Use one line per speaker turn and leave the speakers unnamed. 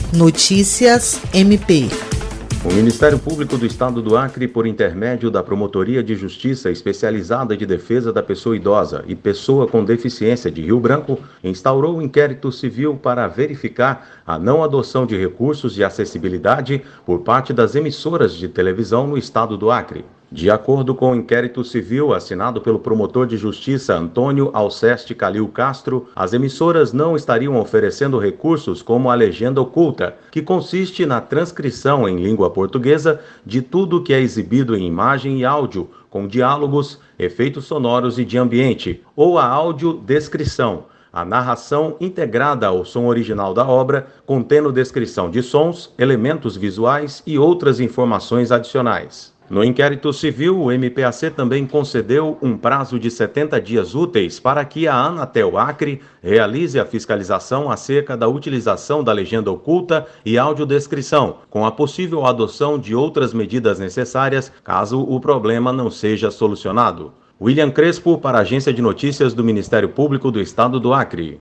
Notícias MP.
O Ministério Público do Estado do Acre, por intermédio da Promotoria de Justiça Especializada de Defesa da Pessoa Idosa e Pessoa com Deficiência de Rio Branco, instaurou um inquérito civil para verificar a não adoção de recursos de acessibilidade por parte das emissoras de televisão no Estado do Acre. De acordo com o inquérito civil assinado pelo promotor de justiça Antônio Alceste Calil Castro, as emissoras não estariam oferecendo recursos como a legenda oculta, que consiste na transcrição em língua portuguesa de tudo que é exibido em imagem e áudio, com diálogos, efeitos sonoros e de ambiente, ou a audiodescrição, a narração integrada ao som original da obra, contendo descrição de sons, elementos visuais e outras informações adicionais. No inquérito civil, o MPAC também concedeu um prazo de 70 dias úteis para que a Anatel Acre realize a fiscalização acerca da utilização da legenda oculta e audiodescrição, com a possível adoção de outras medidas necessárias caso o problema não seja solucionado. William Crespo, para a Agência de Notícias do Ministério Público do Estado do Acre.